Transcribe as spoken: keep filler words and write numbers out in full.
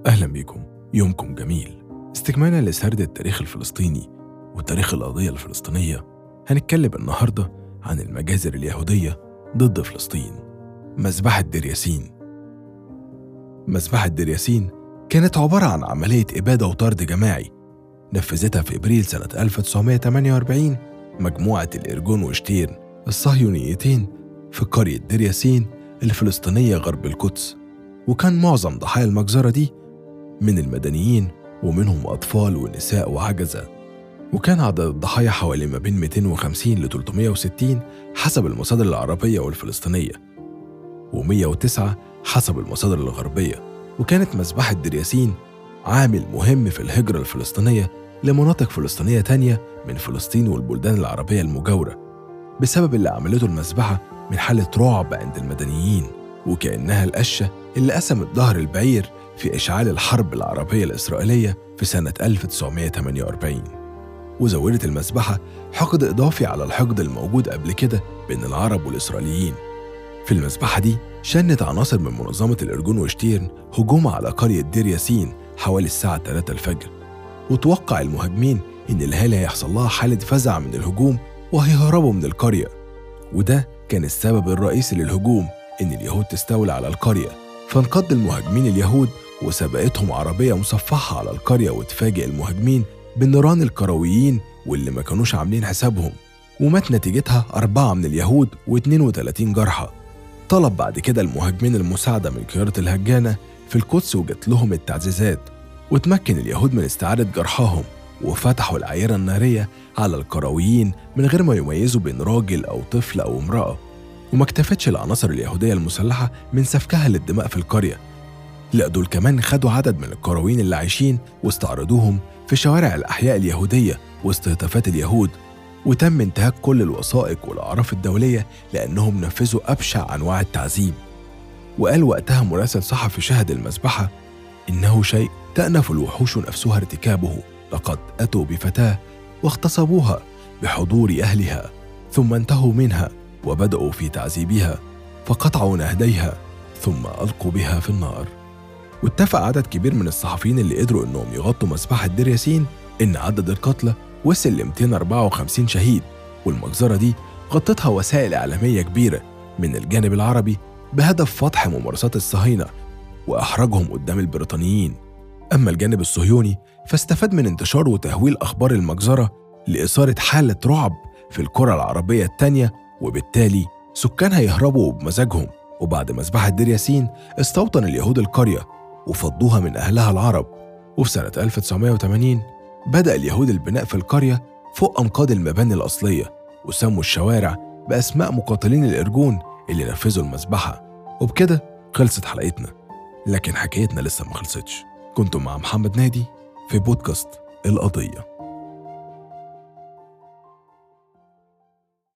أهلا بكم، يومكم جميل. استكمالا لسرد التاريخ الفلسطيني وتاريخ القضية الفلسطينية، هنتكلم النهاردة عن المجازر اليهودية ضد فلسطين. مذبحة دير ياسين. مذبحة دير ياسين كانت عبارة عن عملية إبادة وطرد جماعي نفذتها في إبريل سنة ألف وتسعمائة وثمانية وأربعين مجموعة الإرجون وشتيرن الصهيونيتين في قرية دير ياسين الفلسطينية غرب القدس. وكان معظم ضحايا المجزرة دي من المدنيين، ومنهم أطفال ونساء وعجزة. وكان عدد الضحايا حوالي ما بين مئتين وخمسين ل ثلاثمائة وستين حسب المصادر العربية والفلسطينية، ومئة وتسعة حسب المصادر الغربية. وكانت مذبحة دير ياسين عامل مهم في الهجرة الفلسطينية لمناطق فلسطينية تانية من فلسطين والبلدان العربية المجاورة، بسبب اللي عملته المذبحة من حالة رعب عند المدنيين، وكأنها القشة اللي قسمت ظهر البعير في إشعال الحرب العربية الإسرائيلية في سنة ألف وتسعمائة وثمانية وأربعين. وزودت المذبحة حقد إضافي على الحقد الموجود قبل كده بين العرب والإسرائيليين. في المذبحة دي شنت عناصر من منظمة الإرجون وشتيرن هجوم على قرية دير ياسين حوالي الساعة ثلاثة الفجر، وتوقع المهاجمين إن الأهالي هيحصل لها حالة فزع من الهجوم وهيهربوا من القرية. وده كان السبب الرئيسي للهجوم، إن اليهود تستولى على القرية. فانقض المهاجمين اليهود وسبقتهم عربية مصفحة على القرية، وتفاجئ المهاجمين بالنيران الكرويين واللي ما كانوش عاملين حسابهم، ومات نتيجتها أربعة من اليهود واثنين وثلاثين جرحى. طلب بعد كده المهاجمين المساعدة من قيادة الهجانة في القدس، وجت لهم التعزيزات، وتمكن اليهود من استعادة جرحاهم، وفتحوا العيرة النارية على الكرويين من غير ما يميزوا بين راجل أو طفل أو امرأة. وما اكتفتش العناصر اليهودية المسلحة من سفكها للدماء في القرية، لا دول كمان خدوا عدد من الكرويين اللي عايشين واستعرضوهم في شوارع الأحياء اليهودية وسط هتافات اليهود. وتم انتهاك كل الوثائق والأعراف الدولية لأنهم نفذوا أبشع أنواع التعذيب. وقال وقتها مراسل صحفي شهد المذبحة: إنه شيء تأنف الوحوش نفسها ارتكابه، لقد أتوا بفتاة واغتصبوها بحضور أهلها، ثم انتهوا منها وبدأوا في تعذيبها، فقطعوا نهديها ثم ألقوا بها في النار. واتفق عدد كبير من الصحفيين اللي قدروا إنهم يغطوا مذبحة دير ياسين إن عدد القتلى وصل ل مئتين وأربعة وخمسين شهيد. والمجزرة دي غطتها وسائل إعلامية كبيرة من الجانب العربي بهدف فتح ممارسات الصهاينة وإحراجهم قدام البريطانيين. أما الجانب الصهيوني فاستفاد من انتشار وتهويل أخبار المجزرة لإثارة حالة رعب في القرى العربية التانية، وبالتالي سكانها يهربوا بمزاجهم. وبعد مذبحة دير ياسين استوطن اليهود القرية وفضوها من أهلها العرب. وفي سنة ألف وتسعمائة وثمانين بدأ اليهود البناء في القرية فوق أنقاض المباني الأصلية، وسموا الشوارع بأسماء مقاتلين الإرجون اللي نفذوا المذبحة. وبكده خلصت حلقتنا، لكن حكايتنا لسه ما خلصتش. كنتم مع محمد نادي في بودكاست القضية.